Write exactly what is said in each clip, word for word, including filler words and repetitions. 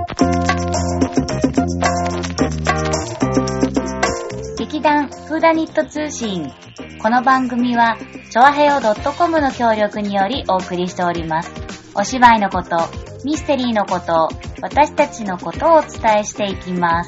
劇団フーダニット通信。この番組はチョアヘオ .com の協力によりお送りしております。お芝居のこと、ミステリーのこと、私たちのことをお伝えしていきます。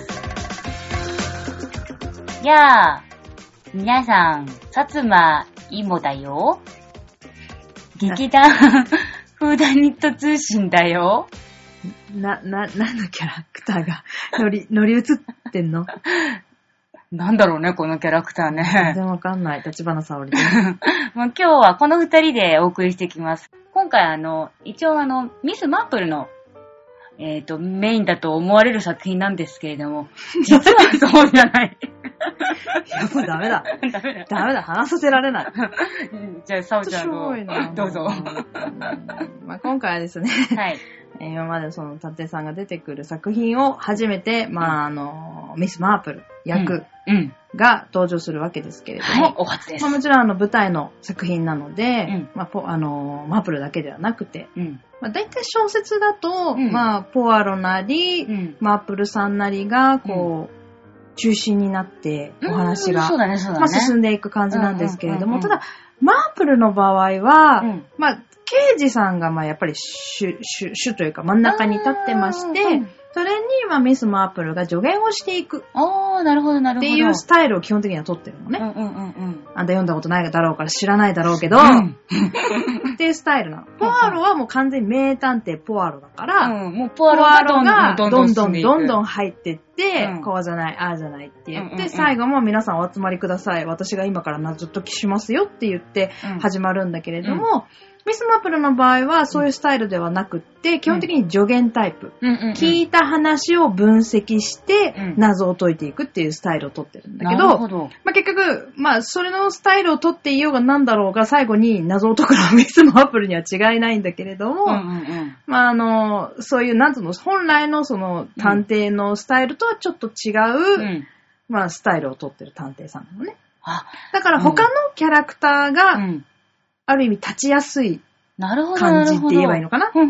やあ、皆さん、薩摩いもだよ。劇団フーダニット通信だよ。 な、な、何のキャラクターが乗り、乗り移ってんの？ なんだろうね、このキャラクターね。 全然わかんない。立花沙織です。 まあ、今日はこの二人でお送りしていきます。今回あの、一応あの、ミスマープルの、えっと、メインだと思われる作品なんですけれども、実はそうじゃない。 いや、もうダメだ。 ダメだ。 ダメだ。話させられない。 じゃあ、サオちゃんの、どうぞ。 まあ、今回はですね、はい。今までその探偵さんが出てくる作品を初めて、まあ、あの、ミス・マープル役が登場するわけですけれども、 はい、お初です。 まあ、もちろんあの舞台の作品なので、うん、まあ、ポあの、マープルだけではなくて、うんまあ、大体小説だと、うん、まあ、ポアロなり、うん、マープルさんなりが、こう、うん中心になってお話が、うんねねまあ、進んでいく感じなんですけれども、うんうんうんうん、ただ、マープルの場合は、うん、まあ、刑事さんがまあやっぱり主、主、主というか真ん中に立ってまして、うん、それにまあミス・マープルが助言をしていく。 ああ、なるほどなるほど。 っていうスタイルを基本的には取ってるのね。うんうんうんうん。あんた読んだことないだろうから知らないだろうけど、うん、っていうスタイルなの。ポアロはもう完全に名探偵ポアロだから、うん、もうポアロがどんどんどんどんどんどん入ってって、うん、こうじゃない、ああじゃないって言って、うんうんうん、最後も皆さんお集まりください。私が今から謎解きしますよって言って始まるんだけれども、うんうんミス・マープルの場合はそういうスタイルではなくって、基本的に助言タイプ、うんうんうん、聞いた話を分析して謎を解いていくっていうスタイルを取ってるんだけど、なるほどまあ、結局、まあ、それのスタイルを取っていようが何だろうが最後に謎を解くのはミス・マープルには違いないんだけれども、うんうんうん、まああのそういうなんつうの本来のその探偵のスタイルとはちょっと違う、うん、まあスタイルを取ってる探偵さんなのね。あだから他のキャラクターが、うんある意味立ちやすい感じって言えばいいのかな、うん、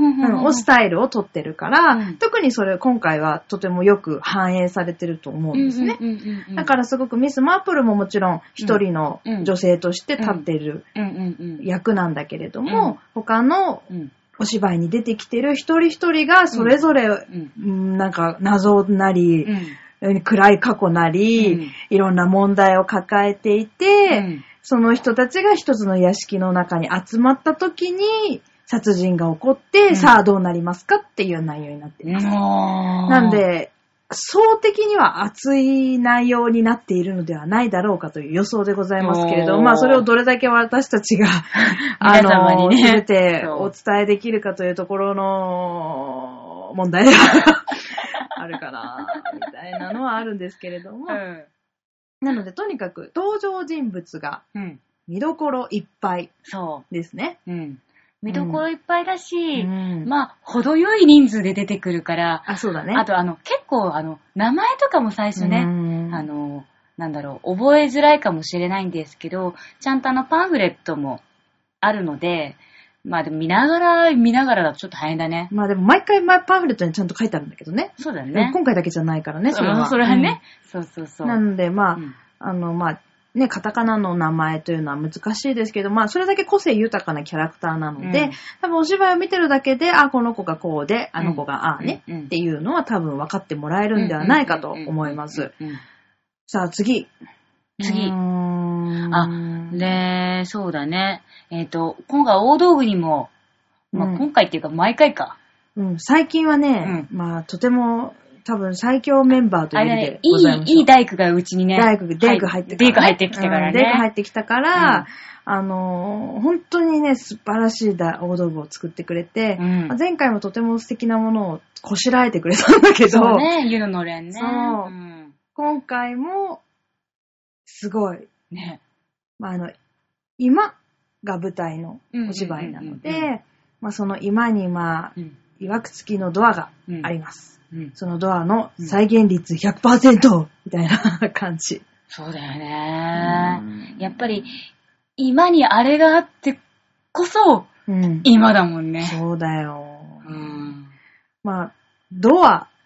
をスタイルを取ってるから、うん、特にそれ今回はとてもよく反映されてると思うんですね。だからすごくミス・マープルももちろん一人の女性として立っている役なんだけれども、うん、他のお芝居に出てきてる一人一人がそれぞれ、うんうん、なんか謎なり、うん、暗い過去なり、うん、いろんな問題を抱えていて、うんその人たちが一つの屋敷の中に集まった時に殺人が起こって、うん、さあどうなりますかっていう内容になっています。うん、なんで、総的には熱い内容になっているのではないだろうかという予想でございますけれど、まあそれをどれだけ私たちが、あの、すべてお伝えできるかというところの問題があるかな、みたいなのはあるんですけれども、うんなので、とにかく、登場人物が、見どころいっぱいですね。うん。 見どころいっぱいだし、うん、まあ、程よい人数で出てくるから、 あ、そうだね。 あと、あの、結構、あの、名前とかも最初ね、あの、なんだろう、覚えづらいかもしれないんですけど、ちゃんとあの、パンフレットもあるので、まあでも見ながら、見ながらだとちょっと大変だね。 まあでも毎回前パンフレットにちゃんと書いてあるんだけどね。 そうだね。 今回だけじゃないからね、それは。 それはね、うん。そうそうそう。 なのでまあ、うん、あのまあ、ね、カタカナの名前というのは難しいですけど、まあそれだけ個性豊かなキャラクターなので、うん、多分お芝居を見てるだけで、あ、この子がこうで、あの子がああね、うん、っていうのは多分分かってもらえるんではないかと思います。さあ次。 次。あ、で、そうだね。えっと、今回大道具にも、まあ、今回っていうか毎回か。 うん、最近はね、うん、まあとても多分最強メンバーという意味でございます。 いい、いい大工がうちにね。 大工、デイク入ってきたから、ね。 デイク入ってきたからね。 デイク入ってきたから、うん、あのー、本当にね、素晴らしい大道具を作ってくれて、うん、前回もとても素敵なものをこしらえてくれたんだけど。 そうね、湯ののれんね。 そう、うん。今回も、すごい。ね。まあ、あの、今が舞台のお芝居なので、まあ、その今にまあ、うん、曰く付きのドアがあります、うんうん、そのドアの再現率 ひゃくパーセント みたいな感じ。 そうだよね、うん、やっぱり今にあれがあってこそ、うん、今だもんね。 そうだよ、うん、まあドア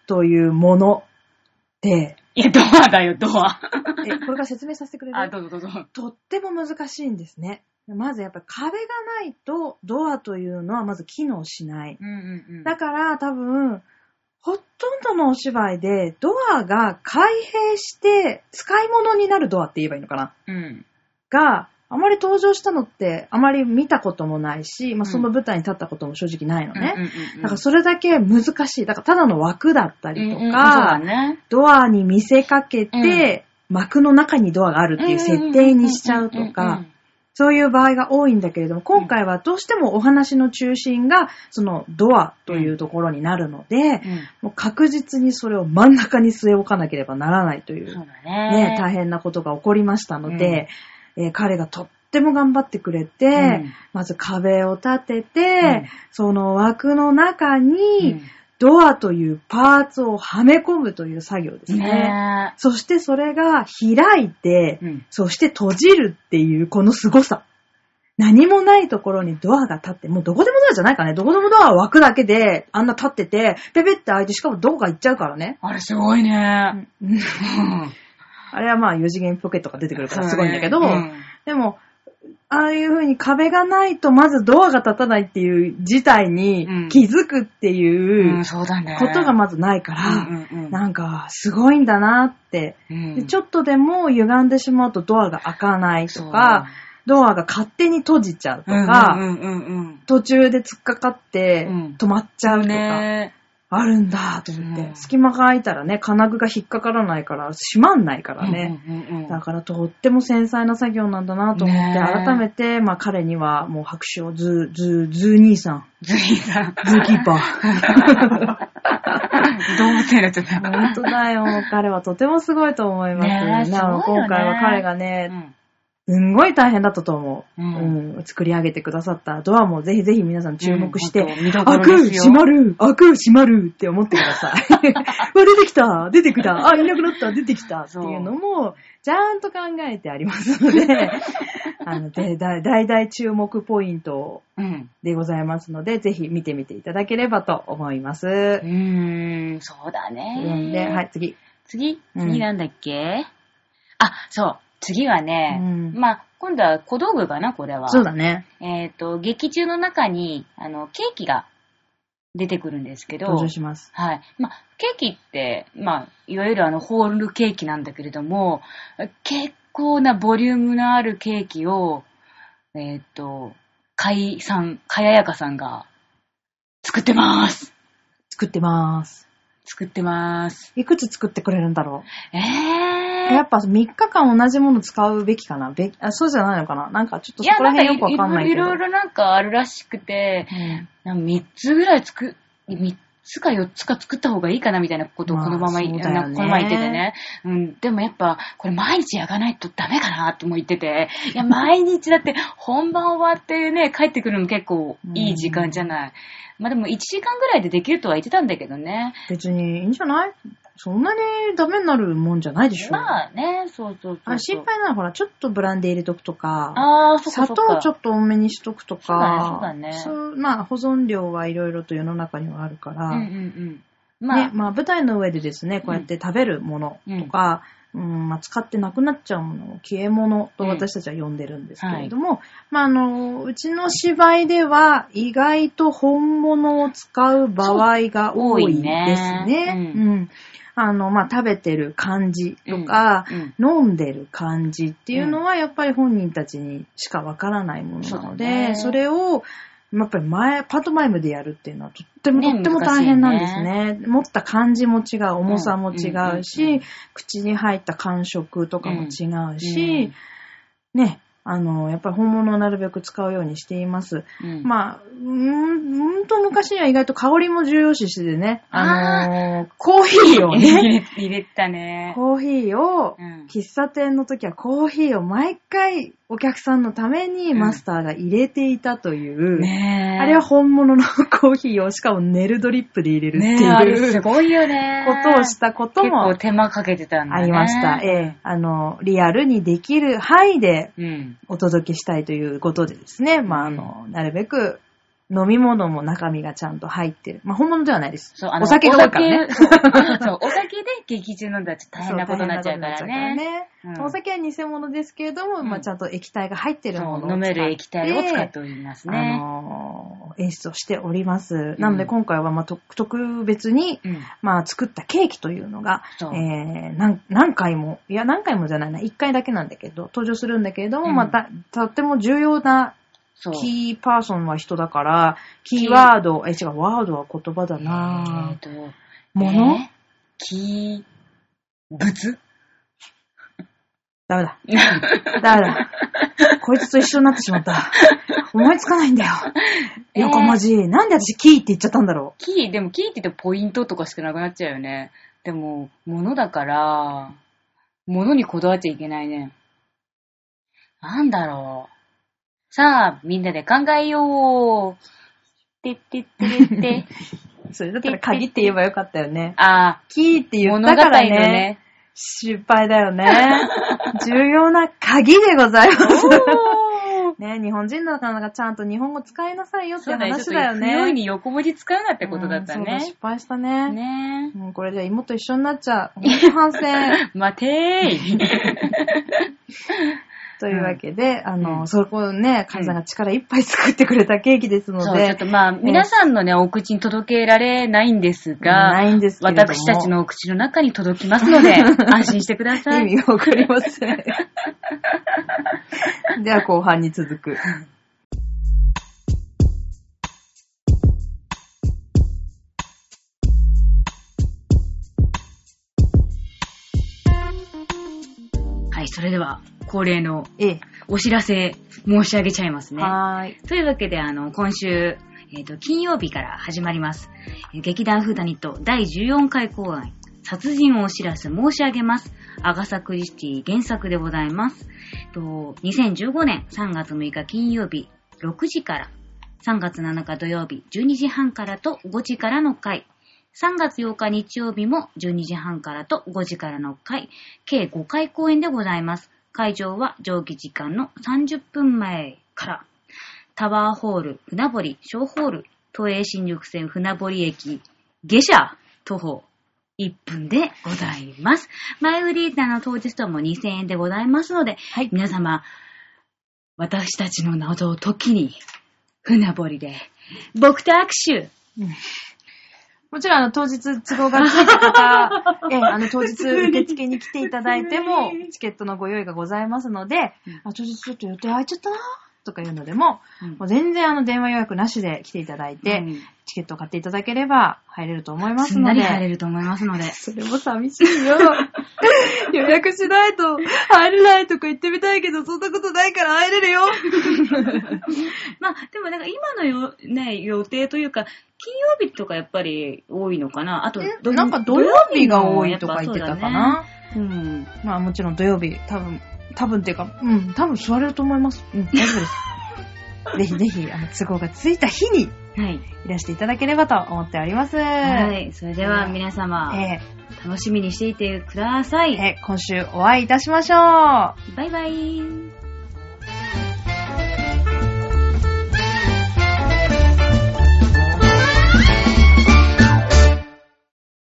というものって、 いや、ドアだよ、ドア。 え、これから説明させてくれる？ あ、どうぞどうぞ。 とっても難しいんですね。まずやっぱり壁がないとドアというのはまず機能しない。 うんうんうん、 だから多分、ほとんどのお芝居でドアが開閉して使い物になるドアって言えばいいのかな、 うん、 が、あまり登場したのってあまり見たこともないし、まあ、その舞台に立ったことも正直ないのね、うんうんうんうん。だからそれだけ難しい。だからただの枠だったりとか、うんうんそうだね、ドアに見せかけて、うん、幕の中にドアがあるっていう設定にしちゃうとか、そういう場合が多いんだけれども、今回はどうしてもお話の中心がそのドアというところになるので、うん、もう確実にそれを真ん中に据え置かなければならないという、そうだね、ね、大変なことが起こりましたので、うんえー、彼がとっても頑張ってくれて、うん、まず壁を立てて、うん、その枠の中に、うんドアというパーツをはめ込むという作業ですね。ねそしてそれが開いて、うん、そして閉じるっていうこの凄さ。何もないところにドアが立って、もうどこでもドアじゃないからね。どこでもドアは枠だけであんな立ってて、ペペって開いてしかもどこか行っちゃうからね。 あれすごいね。うん、 あれはまあよ次元ポケットが出てくるからすごいんだけど、ねうん、でも、ああいう風に壁がないとまずドアが立たないっていう事態に気づくっていうことがまずないから、なんかすごいんだなって、でちょっとでも歪んでしまうとドアが開かないとか、ドアが勝手に閉じちゃうとか、途中で突っかかって止まっちゃうとか、あるんだと思って、うん、隙間が空いたらね金具が引っかからないから閉まんないからね、うんうんうん、だからとっても繊細な作業なんだなと思って、改めて、まあ、彼にはもう拍手をズーズーズー兄さんズー兄さんズーキーパー動物園だっちゃった本当だよ彼はとてもすごいと思います、ね、なの今回は彼がね、うんすんごい大変だったと思う、うんうん。作り上げてくださったドアもぜひぜひ皆さん注目して、うん、開く閉まる開く閉まるって思ってください。わ、出てきた出てきたあ、いなくなった出てきたっていうのも、ちゃんと考えてありますので、あの、で、大々注目ポイントでございますので、うん、ぜひ見てみていただければと思います。うーん、そうだね。 うんで、はい、次。 次次なんだっけ、うん、あ、そう。次はね、うん、まあ、今度は小道具かな、これは。 そうだね。 えっと、劇中の中に、あの、ケーキが出てくるんですけど。 登場します。 はい。まあ、ケーキって、まあ、いわゆるあの、ホールケーキなんだけれども、結構なボリュームのあるケーキを、えっと、かいさん、かややかさんが作ってまーす。 作ってまーす。 作ってまーす。 いくつ作ってくれるんだろう。えー。 やっぱみっかかん同じもの使うべきかなべあそうじゃないのかななんかちょっとそこら辺よくわかんないけど。 いや、なんかいろいろなんかあるらしくて、うん、なんかみっつぐらい作、みっつかよっつか作った方がいいかなみたいなことをこのまま、まあね、このまま言っててね。うん。でもやっぱ、これ毎日焼かないとダメかなっても言ってて、いや、毎日だって本番終わってね、帰ってくるの結構いい時間じゃない。うん、まあでもいちじかんぐらいでできるとは言ってたんだけどね。 別にいいんじゃないそんなにダメになるもんじゃないでしょ。 まあね、そうそうそうそう。 あ心配なのはほら、ちょっとブランデー入れとくとか、 あそっかそっか砂糖ちょっと多めにしとくとか、 そうだね。 そうだね。まあ保存量はいろいろと世の中にはあるから、 うんうんうん。 まあ、ね、まあ舞台の上でですね、こうやって食べるものとか、うんうんまあ、使ってなくなっちゃうものを消え物と私たちは呼んでるんですけれども、うんはい、まああの、うちの芝居では意外と本物を使う場合が多いですね。ねうんうんあの、まあ、食べてる感じとか、うんうん、飲んでる感じっていうのは、やっぱり本人たちにしかわからないものなので、ね、それを、やっぱり前、パートマイムでやるっていうのはとっても、ね、とっても大変なんですね。持った感じも違う、重さも違うし、うんうんうん、口に入った感触とかも違うし、うん、ね、あの、やっぱり本物をなるべく使うようにしています。うん、まあ、うん、んと昔には意外と香りも重要視しててね、あのー、コーヒーをね、 入れたね。 コーヒーを、うん、喫茶店の時はコーヒーを毎回お客さんのためにマスターが入れていたという、うん、ねあれは本物のコーヒーをしかもネルドリップで入れるっていう、ね、あれすごいよね。 ことをしたことも結構手間かけてたんだね。 ありました。ええ、あの、リアルにできる範囲でお届けしたいということでですね、うん、まあ、あの、なるべく飲み物も中身がちゃんと入ってる。まあ、本物ではないです。そう、あの、お酒が多いからね。 そう、そうお酒で劇中飲んだらちょっと大変なことになっちゃうからね。ねうん、お酒は偽物ですけれども、うん、まあ、ちゃんと液体が入ってるものを飲める液体を使っておりますね。 あのー、演出をしております。うん、なので今回は、まあ、特別に、うん、まあ、作ったケーキというのが、えー、何、何回も、いや、何回もじゃないな、いっかいだけなんだけど、登場するんだけれども、うん、また、とっても重要な、キーパーソンは人だから、キーワード、え、違う、ワードは言葉だなぁ。えーと、もの、えー、 キー、物ダメだ。ダメだ。こいつと一緒になってしまった。思いつかないんだよ。えー、横文字。なんで私キーって言っちゃったんだろう。 キー、でもキーって言ってポイントとかしかなくなっちゃうよね。でも、ものだから、ものにこだわっちゃいけないね。なんだろう。さあ、みんなで考えよう。てってってって。 それだったら鍵って言えばよかったよね。 ああ。 キーって言ったからね。ね失敗だよね。重要な鍵でございます。ね、日本人の方がちゃんと日本語使いなさいよって話だよね。 不用意に横文字使うなってことだったね。うん、そうだ、 失敗したね。 ねもうこれじゃ妹一緒になっちゃう。本当反省。 待てーい。 というわけで、うん、あの、うん、そこをね、カズさんが力いっぱい作ってくれたケーキですので。そう、 ちょっとまあ、皆さんのね、お口に届けられないんですが、 ないんですけれども私たちのお口の中に届きますので、安心してください。 意味がわかりません。では後半に続く。 はい、それでは恒例のお知らせ申し上げちゃいますね。 はい。 というわけで、あの、今週、えっと、金曜日から始まります。劇団フーダニットだいじゅうよんかい公演、殺人をお知らせ申し上げます。アガサ・クリスティ原作でございます。とにせんじゅうごねんさんがつむいか金曜日ろくじから、さんがつなのか土曜日じゅうにじはんからとごじからの回、さんがつようか日曜日もじゅうにじはんからとごじからの回、計ごかい公演でございます。会場は上記時間のさんじゅっぷんまえから、タワーホール船堀小ホール都営新宿線船堀駅下車徒歩いっぷんでございます。前売りの当日ともにせんえんでございますので、はい、皆様私たちの謎を解きに船堀で僕と握手、うん、 もちろんあの当日都合がついた方、えあの当日受付に来ていただいてもチケットのご用意がございますので、うん、あ当日ちょっと予定空いちゃったなとかいうのでも、うん、もう全然あの電話予約なしで来ていただいて、うん、チケットを買っていただければ入れると思いますので。すんなり入れると思いますので。 それも寂しいよ。予約しないと入れないとか言ってみたいけど、そんなことないから入れるよ。 まあでもなんか今のよ、ね、予定というか、金曜日とかやっぱり多いのかな。あとなんか土曜日が多いとか言ってたかな。うね、うん。まあもちろん土曜日多分。多分っていうか、うん、多分座れると思います。うん、大丈夫です。ぜひぜひ、あの、都合がついた日に、はい。いらしていただければと思っております。 はい。それでは皆様、えー、楽しみにしていてください。 えー、今週お会いいたしましょう。 バイバイ。